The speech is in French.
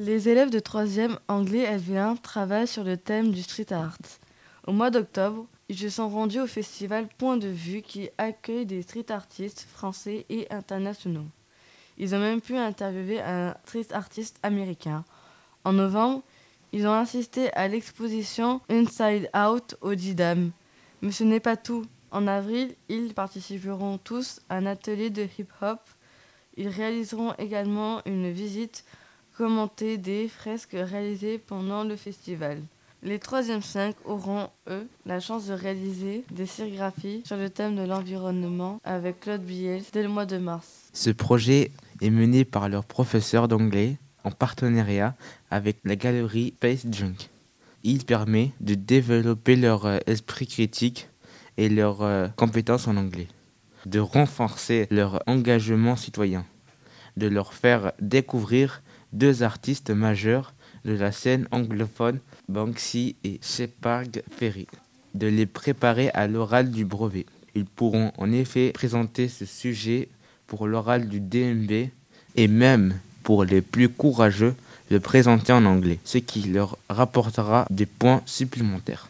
Les élèves de 3e anglais LV1 travaillent sur le thème du street art. Au mois d'octobre, ils se sont rendus au festival Point de Vue qui accueille des street artistes français et internationaux. Ils ont même pu interviewer un street artiste américain. En novembre, ils ont assisté à l'exposition Inside Out au Didam. Mais ce n'est pas tout. En avril, ils participeront tous à un atelier de hip-hop. Ils réaliseront également une visite commentée des fresques réalisées pendant le festival. Les 3e 5 auront, eux, la chance de réaliser des sérigraphies sur le thème de l'environnement avec Claude Biels dès le mois de mars. Ce projet est mené par leur professeur d'anglais en partenariat avec la galerie Space Junk. Il permet de développer leur esprit critique et leurs compétences en anglais, de renforcer leur engagement citoyen, de leur faire découvrir 2 artistes majeurs de la scène anglophone, Banksy et Shepard Fairey, de les préparer à l'oral du brevet. Ils pourront en effet présenter ce sujet pour l'oral du DMB et même pour les plus courageux le présenter en anglais, ce qui leur rapportera des points supplémentaires.